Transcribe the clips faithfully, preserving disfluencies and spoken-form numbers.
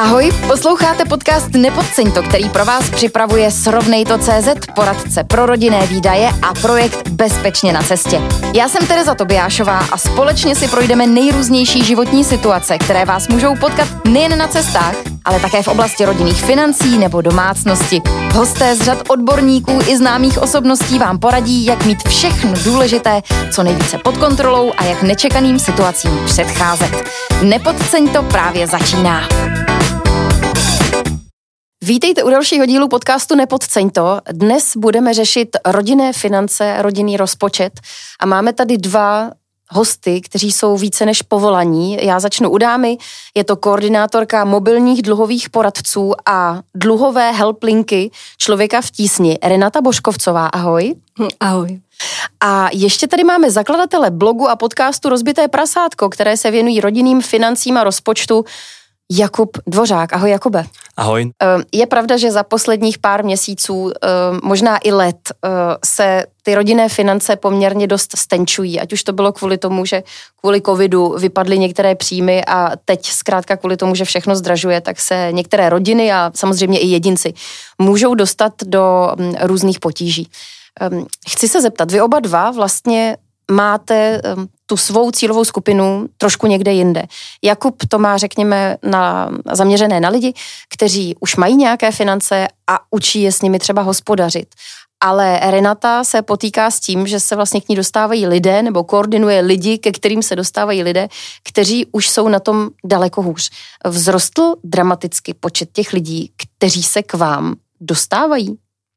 Ahoj, posloucháte podcast Nepodceň to, který pro vás připravuje Srovnej to tečka cé zet, poradce pro rodinné výdaje a projekt Bezpečně na cestě. Já jsem Tereza Tobiášová a společně si projdeme nejrůznější životní situace, které vás můžou potkat nejen na cestách, ale také v oblasti rodinných financí nebo domácnosti. Hosté z řad odborníků i známých osobností vám poradí, jak mít všechno důležité co nejvíce pod kontrolou a jak nečekaným situacím předcházet. Nepodceň to právě začíná. Vítejte u dalšího dílu podcastu Nepodceň to. Dnes budeme řešit rodinné finance, rodinný rozpočet a máme tady dva hosty, kteří jsou více než povolaní. Já začnu u dámy, je to koordinátorka mobilních dluhových poradců a dluhové helplinky Člověka v tísni, Renata Božkovcová. Ahoj. Ahoj. A ještě tady máme zakladatele blogu a podcastu Rozbité prasátko, které se věnují rodinným financím a rozpočtu, Jakub Dvořák. Ahoj, Jakube. Ahoj. Je pravda, že za posledních pár měsíců, možná i let, se ty rodinné finance poměrně dost stenčují, ať už to bylo kvůli tomu, že kvůli covidu vypadly některé příjmy a teď zkrátka kvůli tomu, že všechno zdražuje, tak se některé rodiny a samozřejmě i jedinci můžou dostat do různých potíží. Chci se zeptat, vy oba dva vlastně máte tu svou cílovou skupinu trošku někde jinde. Jakub to má, řekněme, na, zaměřené na lidi, kteří už mají nějaké finance a učí je s nimi třeba hospodařit. Ale Renata se potýká s tím, že se vlastně k ní dostávají lidé nebo koordinuje lidi, ke kterým se dostávají lidé, kteří už jsou na tom daleko hůř. Vzrostl dramaticky počet těch lidí, kteří se k vám dostávají?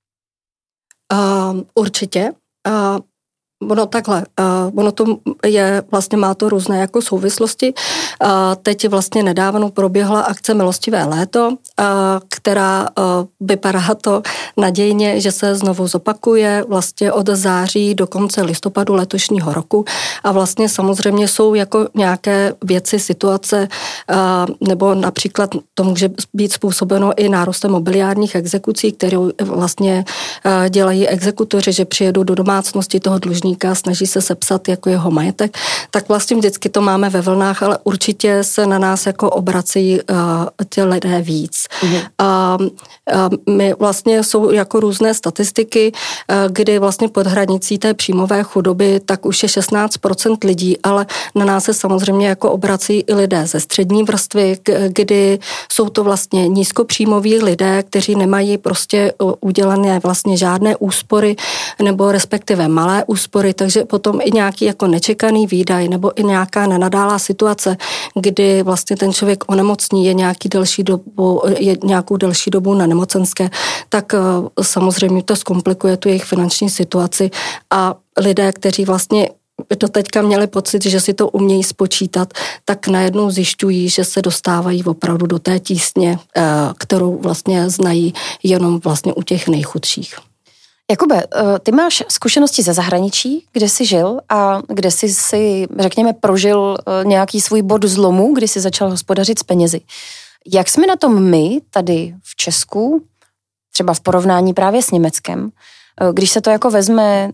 Uh, určitě. Uh... Ono takhle, uh, ono to je, vlastně má to různé jako souvislosti. Uh, teď vlastně nedávno proběhla akce Milostivé léto, uh, která uh, vypadá to nadějně, že se znovu zopakuje vlastně od září do konce listopadu letošního roku a vlastně samozřejmě jsou jako nějaké věci, situace, uh, nebo například to může být způsobeno i nárůstem mobiliárních exekucí, kterou vlastně uh, dělají exekutoři, že přijedou do domácnosti toho dlužníka a snaží se sepsat jako jeho majetek, tak vlastně vždycky to máme ve vlnách, ale určitě se na nás jako obrací uh, ty lidé víc. Mm-hmm. Uh, uh, my vlastně jsou jako různé statistiky, uh, kdy vlastně pod hranicí té příjmové chudoby tak už je šestnáct procent lidí, ale na nás se samozřejmě jako obrací i lidé ze střední vrstvy, kdy jsou to vlastně nízkopříjmoví lidé, kteří nemají prostě udělané vlastně žádné úspory nebo respektive malé úspory, takže potom i nějaký jako nečekaný výdaj nebo i nějaká nenadálá situace, kdy vlastně ten člověk onemocní, je nějaký delší dobu, je nějakou delší dobu na nemocenské, tak samozřejmě to zkomplikuje tu jejich finanční situaci a lidé, kteří vlastně doteďka měli pocit, že si to umějí spočítat, tak najednou zjišťují, že se dostávají opravdu do té tísně, kterou vlastně znají jenom vlastně u těch nejchudších. Jakube, ty máš zkušenosti ze zahraničí, kde jsi žil a kde jsi si, řekněme, prožil nějaký svůj bod zlomu, kdy jsi začal hospodařit s penězi. Jak jsme na tom my tady v Česku, třeba v porovnání právě s Německem, když se to jako vezme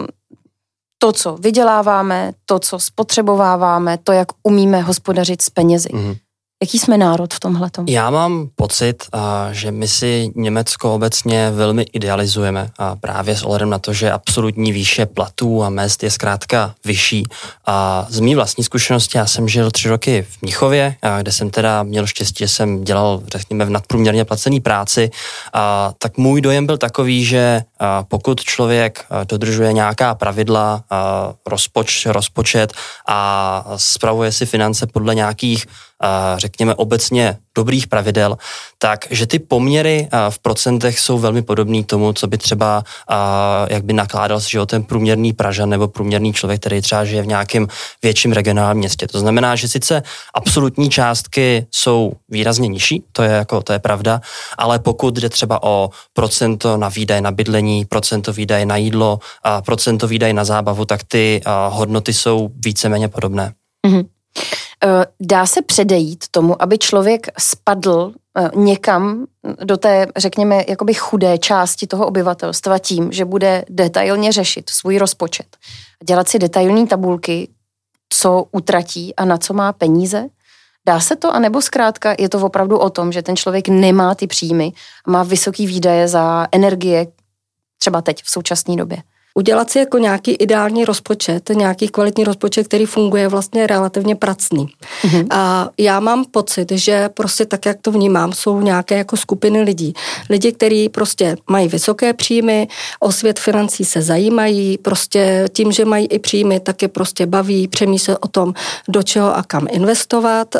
to, co vyděláváme, to, co spotřebováváme, to, jak umíme hospodařit s penězi. Mm-hmm. Jaký jsme národ v tomhletom? Já mám pocit, že my si Německo obecně velmi idealizujeme a právě s ohledem na to, že absolutní výše platů a mezd je zkrátka vyšší. A z mý vlastní zkušenosti, já jsem žil tři roky v Mnichově, kde jsem teda měl štěstí, že jsem dělal, řekněme, v nadprůměrně placený práci, a tak můj dojem byl takový, že pokud člověk dodržuje nějaká pravidla, rozpoč, rozpočet a spravuje si finance podle nějakých, řekněme, obecně dobrých pravidel, tak že ty poměry v procentech jsou velmi podobný tomu, co by třeba, jak by nakládal s životem průměrný Pražan nebo průměrný člověk, který třeba žije v nějakém větším regionálním městě. To znamená, že sice absolutní částky jsou výrazně nižší, to je jako, to je pravda, ale pokud jde třeba o procento na výdaje na bydlení, procento výdaje na jídlo, procento výdaje na zábavu, tak ty hodnoty jsou víceméně podobné. Mm-hmm. Dá se předejít tomu, aby člověk spadl někam do té, řekněme, jakoby chudé části toho obyvatelstva tím, že bude detailně řešit svůj rozpočet, dělat si detailní tabulky, co utratí a na co má peníze? Dá se to, anebo zkrátka je to opravdu o tom, že ten člověk nemá ty příjmy a má vysoký výdaje za energie, třeba teď v současné době? Udělat si jako nějaký ideální rozpočet, nějaký kvalitní rozpočet, který funguje vlastně relativně pracný. Mm-hmm. A já mám pocit, že prostě tak, jak to vnímám, jsou nějaké jako skupiny lidí. Lidi, kteří prostě mají vysoké příjmy, o svět financí se zajímají, prostě tím, že mají i příjmy, tak je prostě baví, přemýšlet o tom, do čeho a kam investovat.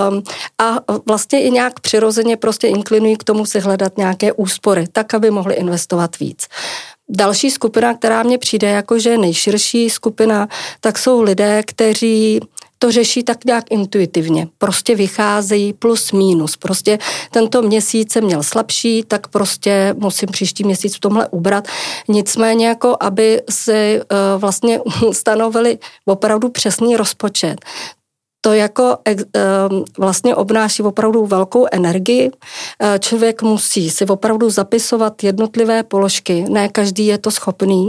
A vlastně i nějak přirozeně prostě inklinují k tomu si hledat nějaké úspory, tak, aby mohli investovat víc. Další skupina, která mně přijde jako, že nejširší skupina, tak jsou lidé, kteří to řeší tak nějak intuitivně. Prostě vycházejí plus minus. Prostě tento měsíc jsem měl slabší, tak prostě musím příští měsíc v tomhle ubrat. Nicméně jako, aby si uh, vlastně stanovili opravdu přesný rozpočet. To jako vlastně obnáší opravdu velkou energii. Člověk musí si opravdu zapisovat jednotlivé položky, ne každý je to schopný.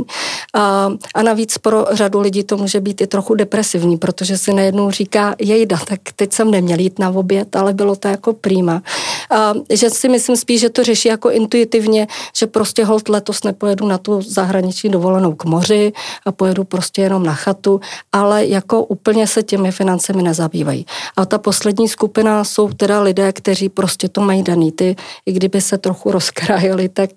A navíc pro řadu lidí to může být i trochu depresivní, protože si najednou říká, jejda, tak teď jsem neměl jít na oběd, ale bylo to jako prima. Že si myslím spíš, že to řeší jako intuitivně, že prostě holt letos nepojedu na tu zahraniční dovolenou k moři a pojedu prostě jenom na chatu, ale jako úplně se těmi financemi nezabývají. Bývají. A ta poslední skupina jsou teda lidé, kteří prostě to mají daný. Ty, i kdyby se trochu rozkrájeli, tak,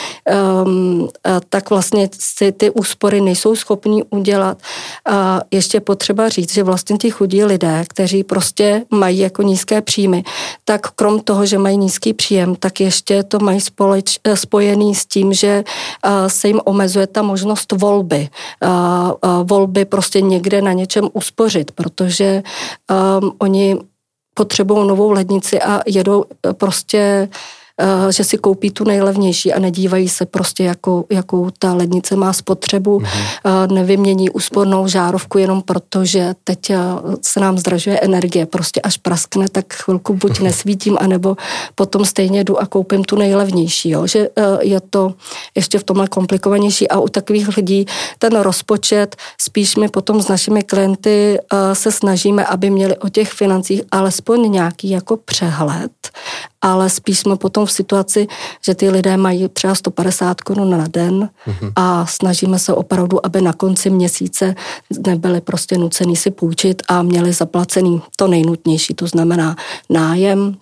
um, tak vlastně si ty úspory nejsou schopní udělat. A ještě potřeba říct, že vlastně ti chudí lidé, kteří prostě mají jako nízké příjmy, tak krom toho, že mají nízký příjem, tak ještě to mají společ, spojený s tím, že uh, se jim omezuje ta možnost volby. Uh, uh, volby prostě někde na něčem uspořit, protože Um, oni potřebují novou lednici a jedou prostě, uh, že si koupí tu nejlevnější a nedívají se prostě, jakou, jakou ta lednice má spotřebu. Mm-hmm. Uh, nevymění úspornou žárovku jenom proto, že teď uh, se nám zdražuje energie. Prostě až praskne, tak chvilku buď nesvítím, anebo potom stejně jdu a koupím tu nejlevnější. Jo? Že uh, je to ještě v tomhle komplikovanější a u takových lidí ten rozpočet, spíš my potom s našimi klienty uh, se snažíme, aby měli o těch financích alespoň nějaký jako přehled, ale spíš jsme potom v situaci, že ty lidé mají třeba sto padesát korun na den mm-hmm. a snažíme se opravdu, aby na konci měsíce nebyli prostě nucený si půjčit a měli zaplacený to nejnutnější, to znamená nájem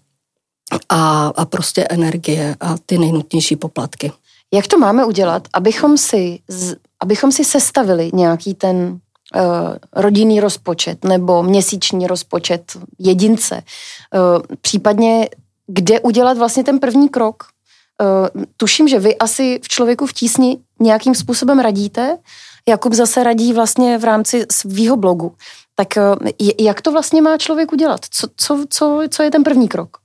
a, a prostě energie a ty nejnutnější poplatky. Jak to máme udělat, abychom si, abychom si sestavili nějaký ten uh, rodinný rozpočet nebo měsíční rozpočet jedince, uh, případně kde udělat vlastně ten první krok? Uh, tuším, že vy asi v Člověku v tísni nějakým způsobem radíte. Jakub zase radí vlastně v rámci svýho blogu. Tak uh, jak to vlastně má člověk udělat? Co, co, co, co je ten první krok?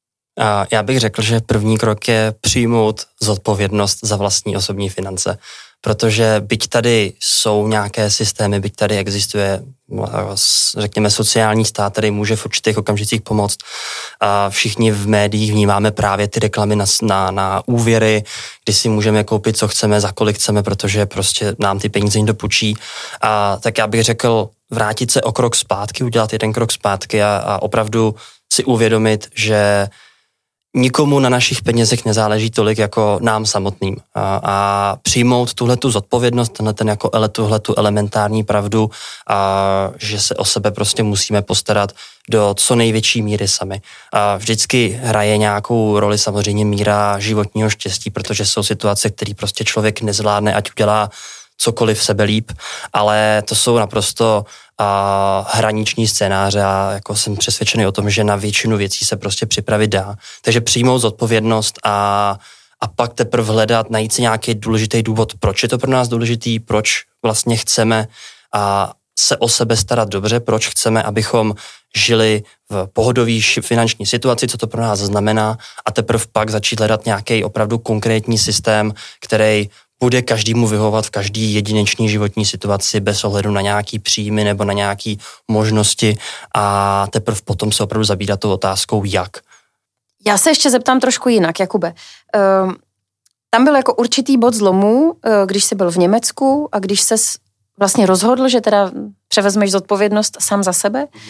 A já bych řekl, že první krok je přijmout zodpovědnost za vlastní osobní finance. Protože byť tady jsou nějaké systémy, byť tady existuje, řekněme, sociální stát, který může v určitých okamžicích pomoct. A všichni v médiích vnímáme právě ty reklamy na, na, na úvěry, kdy si můžeme koupit, co chceme, za kolik chceme, protože prostě nám ty peníze někdo půjčí. A tak já bych řekl, vrátit se o krok zpátky, udělat jeden krok zpátky a, a opravdu si uvědomit, že nikomu na našich penězech nezáleží tolik jako nám samotným. A, a přijmout tuhletu zodpovědnost, tenhle ten jako ele, tuhletu elementární pravdu, a že se o sebe prostě musíme postarat do co největší míry sami. A vždycky hraje nějakou roli samozřejmě míra životního štěstí, protože jsou situace, které prostě člověk nezvládne, ať udělá cokoliv sebe líp, ale to jsou naprosto a hraniční scénáře a jako jsem přesvědčený o tom, že na většinu věcí se prostě připravit dá. Takže přijmout zodpovědnost a, a pak teprve hledat, najít si nějaký důležitý důvod, proč je to pro nás důležitý, proč vlastně chceme a se o sebe starat dobře, proč chceme, abychom žili v pohodové finanční situaci, co to pro nás znamená a teprve pak začít hledat nějaký opravdu konkrétní systém, který bude každému vyhovovat v každý jedinečný životní situaci bez ohledu na nějaký příjmy nebo na nějaký možnosti a teprve potom se opravdu zabývat tou otázkou, jak. Já se ještě zeptám trošku jinak, Jakube. Um, tam byl jako určitý bod zlomu, když jsi byl v Německu a když ses vlastně rozhodl, že teda převezmeš zodpovědnost sám za sebe.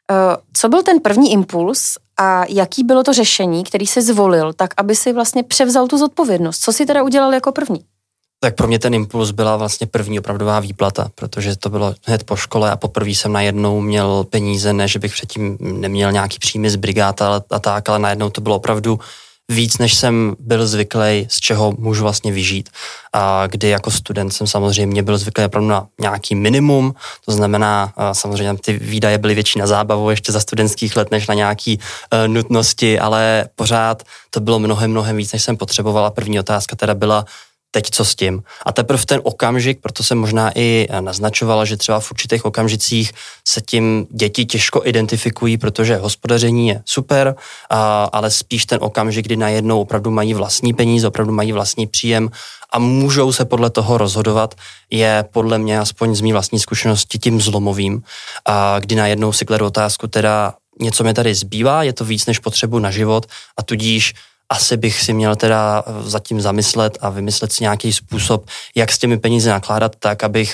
Co byl ten první impuls a jaký bylo to řešení, který jsi zvolil, tak aby si vlastně převzal tu zodpovědnost? Co jsi teda udělal jako první? Tak pro mě ten impuls byla vlastně první opravdová výplata, protože to bylo hned po škole a poprvé jsem najednou měl peníze, ne, že bych předtím neměl nějaký příjmy z brigád a, a tak, ale najednou to bylo opravdu víc, než jsem byl zvyklý, z čeho můžu vlastně vyžít. A kdy jako student jsem samozřejmě byl zvyklý opravdu na nějaký minimum, to znamená, samozřejmě ty výdaje byly větší na zábavu ještě za studentských let, než na nějaký uh, nutnosti, ale pořád to bylo mnohem, mnohem víc, než jsem potřeboval a první otázka teda byla, teď co s tím. A teprve v ten okamžik, proto jsem možná i naznačovala, že třeba v určitých okamžicích se tím děti těžko identifikují, protože hospodaření je super, a, ale spíš ten okamžik, kdy najednou opravdu mají vlastní peníze, opravdu mají vlastní příjem a můžou se podle toho rozhodovat, je podle mě, aspoň z mý vlastní zkušenosti, tím zlomovým, a kdy najednou si kledu otázku, teda něco mi tady zbývá, je to víc než potřebu na život a tudíž asi bych si měl teda zatím zamyslet a vymyslet si nějaký způsob, jak s těmi penízi nakládat tak, abych,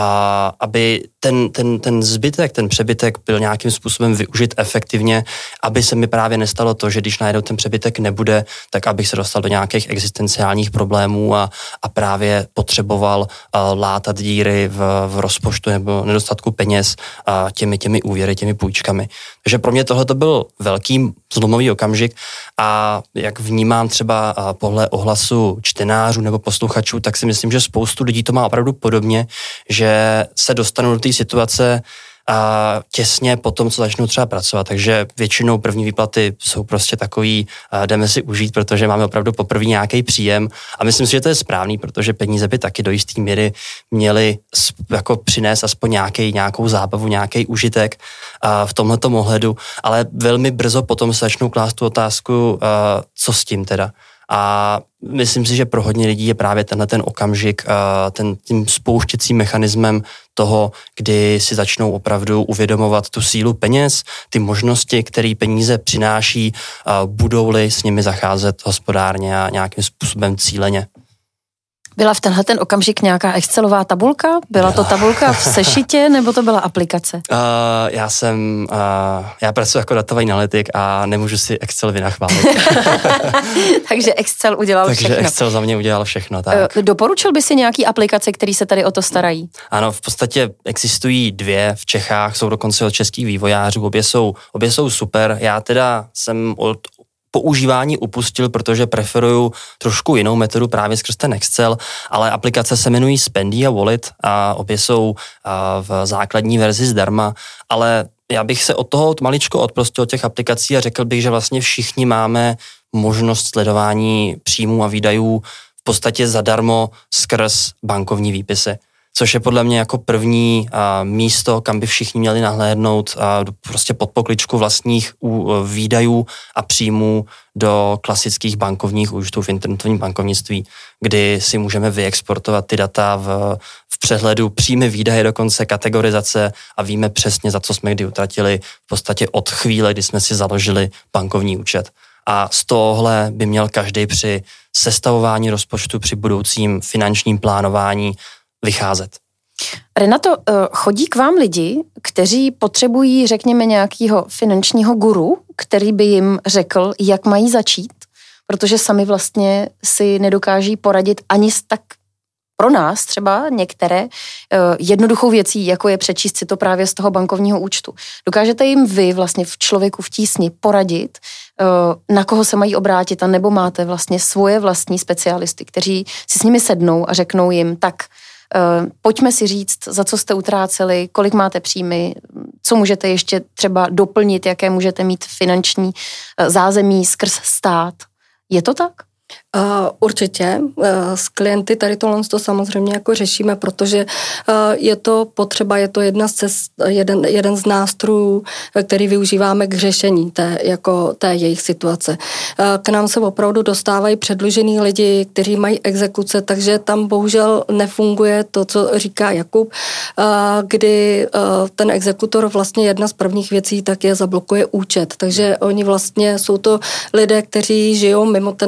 a, aby ten, ten, ten zbytek, ten přebytek byl nějakým způsobem využit efektivně, aby se mi právě nestalo to, že když najednou ten přebytek nebude, tak abych se dostal do nějakých existenciálních problémů a, a právě potřeboval a, látat díry v, v rozpočtu nebo nedostatku peněz a, těmi, těmi úvěry, těmi půjčkami. Takže pro mě tohle to byl velký zlomový okamžik a jak vnímám třeba podle ohlasu čtenářů nebo posluchačů, tak si myslím, že spoustu lidí to má opravdu podobně, že se dostanou do té situace a těsně po tom, co začnou třeba pracovat. Takže většinou první výplaty jsou prostě takový, jdeme si užít, protože máme opravdu poprvé nějaký příjem a myslím si, že to je správný, protože peníze by taky do jistý míry měly jako přinést aspoň nějaký, nějakou zábavu, nějaký užitek v tomhletom ohledu, ale velmi brzo potom se začnou klást tu otázku, co s tím teda. A myslím si, že pro hodně lidí je právě tenhle ten okamžik ten, tím spouštěcím mechanismem toho, kdy si začnou opravdu uvědomovat tu sílu peněz, ty možnosti, které peníze přináší, budou-li s nimi zacházet hospodárně a nějakým způsobem cíleně. Byla v tenhle ten okamžik nějaká Excelová tabulka? Byla to tabulka v sešitě, nebo to byla aplikace? Uh, já jsem, uh, já pracuji jako datový analytik a nemůžu si Excel vynachválit. Takže Excel udělal Takže všechno. Takže Excel za mě udělal všechno, tak. Uh, doporučil by si nějaký aplikace, které se tady o to starají? Ano, v podstatě existují dvě v Čechách, jsou dokonce od českých vývojářů, obě jsou, obě jsou super. Já teda jsem od používání upustil, protože preferuju trošku jinou metodu právě skrz ten Excel, ale aplikace se jmenují Spendy a Wallet a obě jsou v základní verzi zdarma, ale já bych se od toho maličko odprostil od těch aplikací a řekl bych, že vlastně všichni máme možnost sledování příjmů a výdajů v podstatě zadarmo skrz bankovní výpisy. Což je podle mě jako první a, místo, kam by všichni měli nahlédnout a, prostě pod pokličku vlastních u, výdajů a příjmů do klasických bankovních účtů v internetovém bankovnictví, kdy si můžeme vyexportovat ty data v, v přehledu příjmy, výdaje, dokonce kategorizace a víme přesně, za co jsme kdy utratili v podstatě od chvíle, kdy jsme si založili bankovní účet. A z tohohle by měl každý při sestavování rozpočtu, při budoucím finančním plánování vycházet. Renato, chodí k vám lidi, kteří potřebují, řekněme, nějakého finančního guru, který by jim řekl, jak mají začít, protože sami vlastně si nedokáží poradit ani s tak pro nás třeba některé jednoduchou věcí, jako je přečíst si to právě z toho bankovního účtu. Dokážete jim vy vlastně v Člověku v tísni poradit, na koho se mají obrátit, a nebo máte vlastně svoje vlastní specialisty, kteří si s nimi sednou a řeknou jim, tak Uh, pojďme si říct, za co jste utráceli, kolik máte příjmy, co můžete ještě třeba doplnit, jaké můžete mít finanční uh, zázemí skrz stát. Je to tak? Uh, určitě. Uh, s klienty tady tohle to samozřejmě jako řešíme, protože uh, je to potřeba, je to jedna z cest, jeden, jeden z nástrojů, který využíváme k řešení té, jako té jejich situace. Uh, k nám se opravdu dostávají předlužený lidi, kteří mají exekuce, takže tam bohužel nefunguje to, co říká Jakub, uh, kdy uh, ten exekutor vlastně jedna z prvních věcí tak je zablokuje účet. Takže oni vlastně jsou to lidé, kteří žijou mimo tento systém,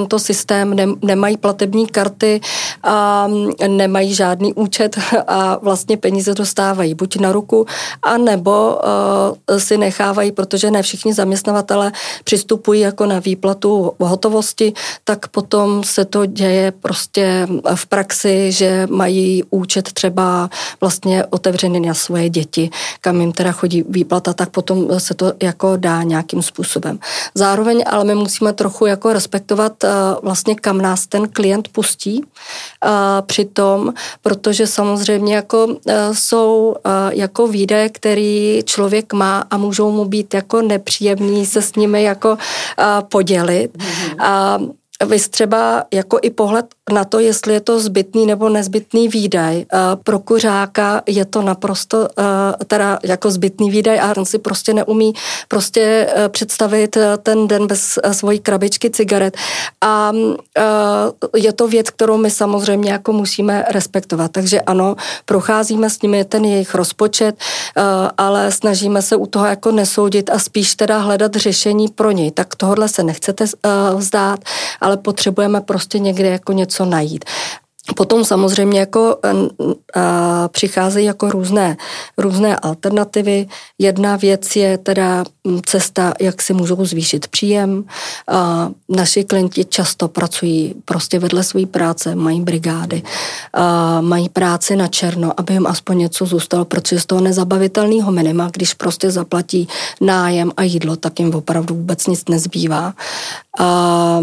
systém, ne, nemají platební karty a nemají žádný účet a vlastně peníze dostávají buď na ruku, anebo uh, si nechávají, protože ne všichni zaměstnavatele přistupují jako na výplatu hotovosti, tak potom se to děje prostě v praxi, že mají účet třeba vlastně otevřený na svoje děti, kam jim teda chodí výplata, tak potom se to jako dá nějakým způsobem. Zároveň ale my musíme trochu jako respektovat uh, vlastně kam nás ten klient pustí uh, přitom, protože samozřejmě jako uh, jsou uh, jako výdaje, který člověk má a můžou mu být jako nepříjemný se s nimi jako uh, podělit. Mm-hmm. Uh, Vy třeba jako i pohled na to, jestli je to zbytný nebo nezbytný výdaj. Pro kuřáka je to naprosto teda jako zbytný výdaj a on si prostě neumí prostě představit ten den bez svojí krabičky cigaret. A je to věc, kterou my samozřejmě jako musíme respektovat. Takže ano, procházíme s nimi ten jejich rozpočet, ale snažíme se u toho jako nesoudit a spíš teda hledat řešení pro něj. Tak tohle se nechcete vzdát, ale potřebujeme prostě někde jako něco najít. Potom samozřejmě jako a, přicházejí jako různé, různé alternativy. Jedna věc je teda cesta, jak si můžou zvýšit příjem. A, naši klienti často pracují prostě vedle své práce, mají brigády, a, mají práci na černo, aby jim aspoň něco zůstalo, protože z toho nezabavitelného minima, když prostě zaplatí nájem a jídlo, tak jim opravdu vůbec nic nezbývá. A,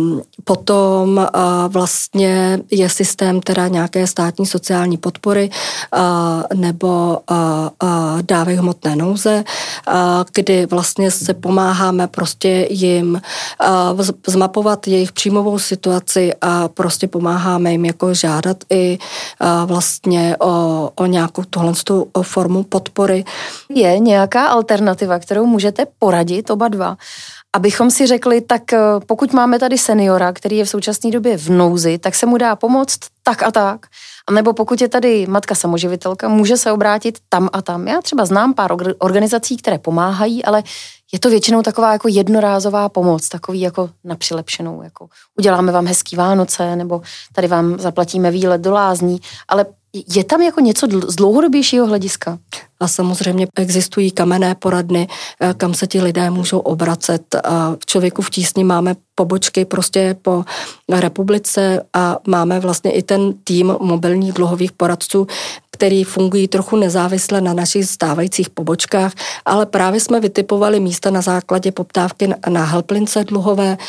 potom a, vlastně je systém teda nějaké státní sociální podpory a, nebo a, a dávek hmotné nouze, a, kdy vlastně se pomáháme prostě jim a, zmapovat jejich příjmovou situaci a prostě pomáháme jim jako žádat i a, vlastně o, o nějakou tohle formu podpory. Je nějaká alternativa, kterou můžete poradit oba dva? Abychom si řekli, tak pokud máme tady seniora, který je v současné době v nouzi, tak se mu dá pomoct tak a tak. A nebo pokud je tady matka samoživitelka, může se obrátit tam a tam. Já třeba znám pár organizací, které pomáhají, ale je to většinou taková jako jednorázová pomoc, takový jako na přilepšenou. Jako uděláme vám hezký Vánoce, nebo tady vám zaplatíme výlet do lázní, ale je tam jako něco z dlouhodobějšího hlediska? A samozřejmě existují kamenné poradny, kam se ti lidé můžou obracet. A v Člověku v tísni máme pobočky prostě po republice a máme vlastně i ten tým mobilních dluhových poradců, který fungují trochu nezávisle na našich stávajících pobočkách, ale právě jsme vytipovali místa na základě poptávky na helplince dluhové,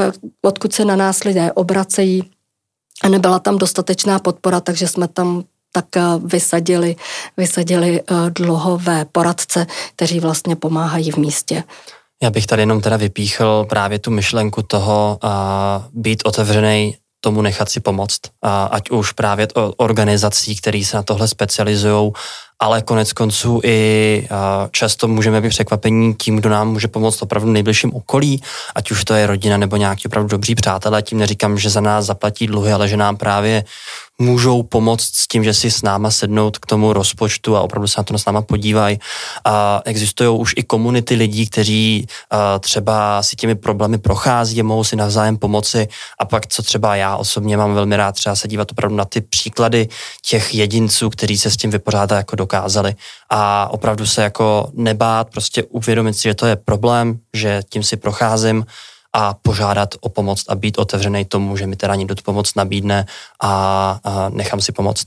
odkud se na nás lidé obracejí a nebyla tam dostatečná podpora, takže jsme tam tak vysadili, vysadili dluhové poradce, kteří vlastně pomáhají v místě. Já bych tady jenom teda vypíchl právě tu myšlenku toho uh, být otevřený tomu nechat si pomoct, uh, ať už právě od organizací, které se na tohle specializují, ale konec konců i uh, často můžeme být překvapení tím, kdo nám může pomoct opravdu v nejbližším okolí, ať už to je rodina nebo nějaký opravdu dobří přátelé. Tím neříkám, že za nás zaplatí dluhy, ale že nám právě můžou pomoct s tím, že si s náma sednout k tomu rozpočtu a opravdu se na to s náma podívají. A existují už i komunity lidí, kteří a, třeba si těmi problémy prochází a mohou si navzájem pomoci. A pak, co třeba já osobně mám velmi rád, třeba se dívat opravdu na ty příklady těch jedinců, kteří se s tím vypořádat jako dokázali. A opravdu se jako nebát, prostě uvědomit si, že to je problém, že tím si procházím, a požádat o pomoc a být otevřený tomu, že mi teda někdo tu pomoc nabídne a, a nechám si pomoct.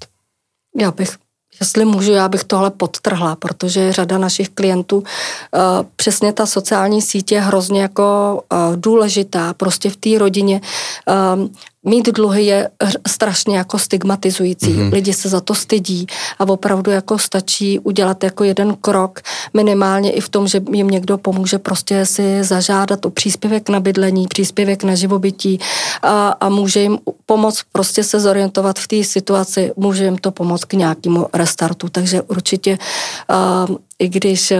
Já bych, jestli můžu, já bych tohle podtrhla, protože řada našich klientů, uh, přesně ta sociální síť je hrozně jako uh, důležitá, prostě v té rodině. Uh, Mít dluhy je strašně jako stigmatizující. Mm-hmm. Lidi se za to stydí a opravdu jako stačí udělat jako jeden krok, minimálně i v tom, že jim někdo pomůže prostě si zažádat o příspěvek na bydlení, příspěvek na živobytí a, a může jim pomoct prostě se zorientovat v té situaci, může jim to pomoct k nějakému restartu. Takže určitě uh, i když uh,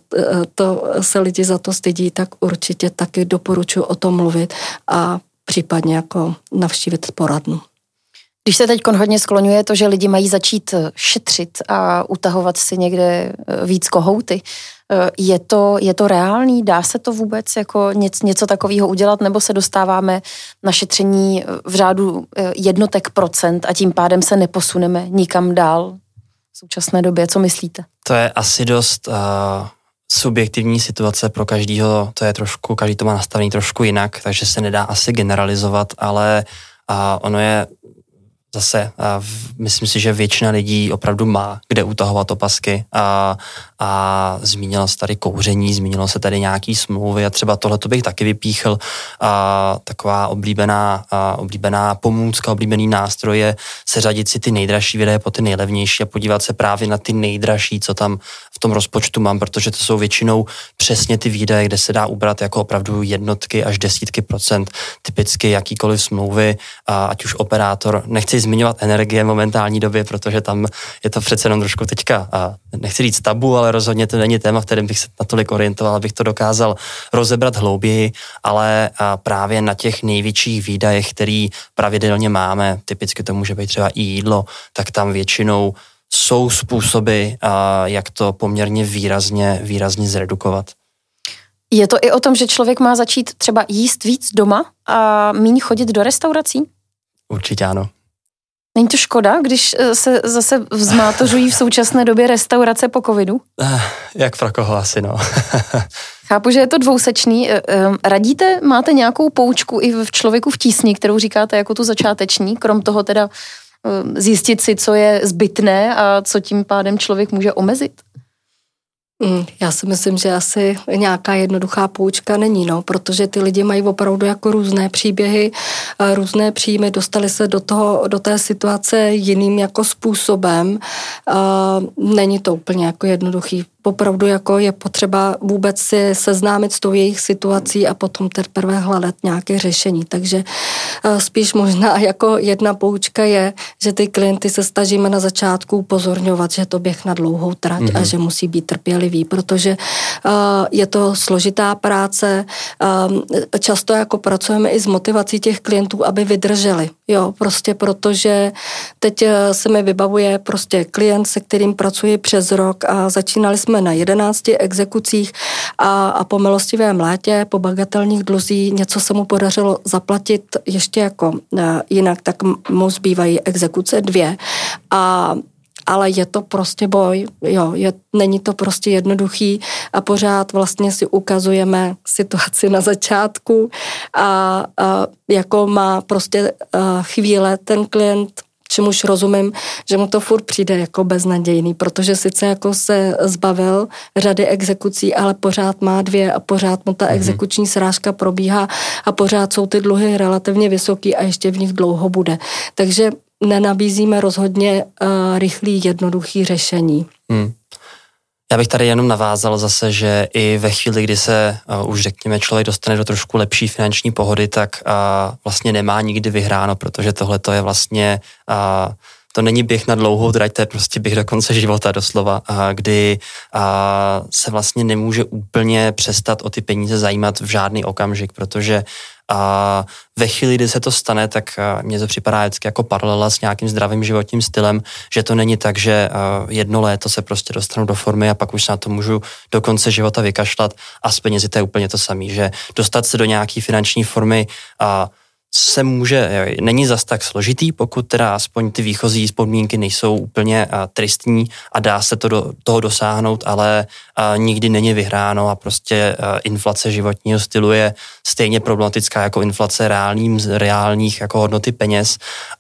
to se lidi za to stydí, tak určitě taky doporučuji o tom mluvit a případně jako navštívit poradnu. Když se teď hodně skloňuje to, že lidi mají začít šetřit a utahovat si někde víc kohouty, je to, je to reálný? Dá se to vůbec jako něco, něco takového udělat, nebo se dostáváme na šetření v řádu jednotek procent a tím pádem se neposuneme nikam dál v současné době? Co myslíte? To je asi dost uh, subjektivní situace pro každýho, to je trošku, každý to má nastavený trošku jinak, takže se nedá asi generalizovat, ale uh, ono je zase, uh, myslím si, že většina lidí opravdu má kde utahovat opasky a, a zmínilo se tady kouření, zmínilo se tady nějaký smlouvy a třeba tohle to bych taky vypíchl. A taková oblíbená, a oblíbená pomůcka, oblíbený nástroj je seřadit si ty nejdražší výdaje po ty nejlevnější a podívat se právě na ty nejdražší, co tam v tom rozpočtu mám, protože to jsou většinou přesně ty výdaje, kde se dá ubrat jako opravdu jednotky až desítky procent, typicky jakýkoliv smlouvy, a ať už operátor, nechci zmiňovat energie v momentální době, protože tam je to přece jenom trošku teďka, a nechci říct tabu, ale rozhodně to není téma, v kterém bych se natolik orientoval, abych to dokázal rozebrat hlouběji, ale právě na těch největších výdajech, který pravidelně máme, typicky to může být třeba i jídlo, tak tam většinou jsou způsoby, jak to poměrně výrazně, výrazně zredukovat. Je to i o tom, že člověk má začít třeba jíst víc doma a míň chodit do restaurací? Určitě ano. Není to škoda, když se zase vzmátořují v současné době restaurace po covidu? Jak pro koho asi, no. Chápu, že je to dvousečný. Radíte, máte nějakou poučku i v Člověku v tísni, kterou říkáte jako tu začáteční, krom toho teda zjistit si, co je zbytné a co tím pádem člověk může omezit? Já si myslím, že asi nějaká jednoduchá poučka není, no, protože ty lidi mají opravdu jako různé příběhy, různé příjmy, dostali se do toho, do té situace jiným jako způsobem. Není to úplně jako jednoduchý. Opravdu jako je potřeba vůbec si seznámit s tou jejich situací a potom teprve hledat nějaké řešení. Takže spíš možná jako jedna poučka je, že ty klienty se snažíme na začátku upozorňovat, že to běh na dlouhou trať mm-hmm. a že musí být trpělivý, protože je to složitá práce. Často jako pracujeme i s motivací těch klientů, aby vydrželi. Jo, prostě protože teď se mi vybavuje prostě klient, se kterým pracuji přes rok a začínali jsme na jedenácti exekucích a, a po milostivém létě, po bagatelních dluzí, něco se mu podařilo zaplatit ještě jako jinak, tak mu zbývají exekuce dvě. A ale je to prostě boj, jo, je, není to prostě jednoduchý a pořád vlastně si ukazujeme situaci na začátku a, a jako má prostě chvíle ten klient, čemuž rozumím, že mu to furt přijde jako beznadějný, protože sice jako se zbavil řady exekucí, ale pořád má dvě a pořád mu ta exekuční srážka probíhá a pořád jsou ty dluhy relativně vysoký a ještě v nich dlouho bude. Takže nenabízíme rozhodně uh, rychlý, jednoduchý řešení. Hmm. Já bych tady jenom navázal zase, že i ve chvíli, kdy se uh, už řekněme člověk dostane do trošku lepší finanční pohody, tak uh, vlastně nemá nikdy vyhráno, protože tohle to je vlastně, uh, to není běh na dlouhou trať, to je prostě běh do konce života doslova, uh, kdy uh, se vlastně nemůže úplně přestat o ty peníze zajímat v žádný okamžik, protože a ve chvíli, kdy se to stane, tak mně to připadá vždycky jako paralela s nějakým zdravým životním stylem, že to není tak, že jedno léto se prostě dostanu do formy a pak už se na to můžu do konce života vykašlat a s penězi to je úplně to samé, že dostat se do nějaký finanční formy a se může, není zas tak složitý, pokud teda aspoň ty výchozí podmínky nejsou úplně a, tristní a dá se to do toho dosáhnout, ale a, nikdy není vyhráno a prostě a, inflace životního stylu je stejně problematická jako inflace reálním, reálních jako hodnoty peněz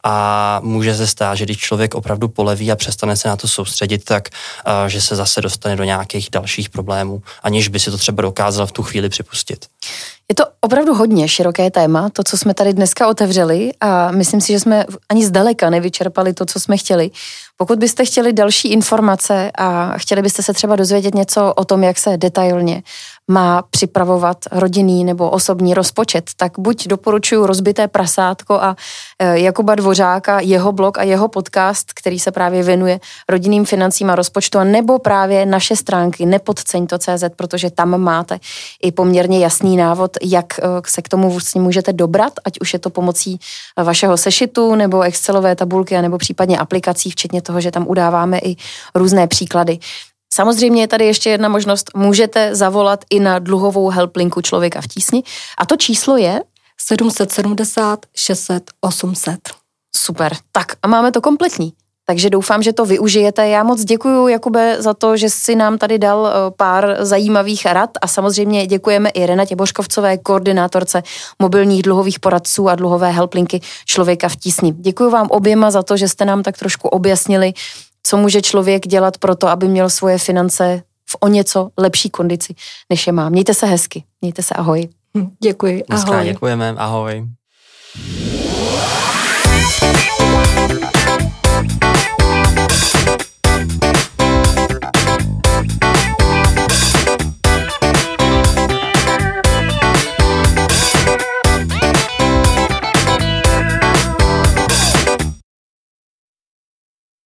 a může se stát, že když člověk opravdu poleví a přestane se na to soustředit, tak a, že se zase dostane do nějakých dalších problémů, aniž by si to třeba dokázal v tu chvíli připustit. Je to opravdu hodně široké téma, to, co jsme tady dneska otevřeli a myslím si, že jsme ani zdaleka nevyčerpali to, co jsme chtěli. Pokud byste chtěli další informace a chtěli byste se třeba dozvědět něco o tom, jak se detailně má připravovat rodinný nebo osobní rozpočet, tak buď doporučuji Rozbité prasátko a Jakuba Dvořáka, jeho blog a jeho podcast, který se právě věnuje rodinným financím a rozpočtu, a nebo právě naše stránky nepodceň to tečka cé zet, protože tam máte i poměrně jasný návod, jak se k tomu vlastně můžete dobrat, ať už je to pomocí vašeho sešitu nebo excelové tabulky, nebo případně aplikací, včetně toho, že tam udáváme i různé příklady. Samozřejmě je tady ještě jedna možnost, můžete zavolat i na dluhovou helplinku Člověka v tísni a to číslo je sedm set sedmdesát šest set osm set. Super, tak a máme to kompletní. Takže doufám, že to využijete. Já moc děkuju, Jakube, za to, že jsi nám tady dal pár zajímavých rad a samozřejmě děkujeme i Renatě Božkovcové, koordinátorce mobilních dluhových poradců a dluhové helplinky Člověka v tísni. Děkuju vám oběma za to, že jste nám tak trošku objasnili, co může člověk dělat pro to, aby měl svoje finance v o něco lepší kondici, než je má. Mějte se hezky, mějte se, ahoj. Děkuji, ahoj. Děkujeme, ahoj.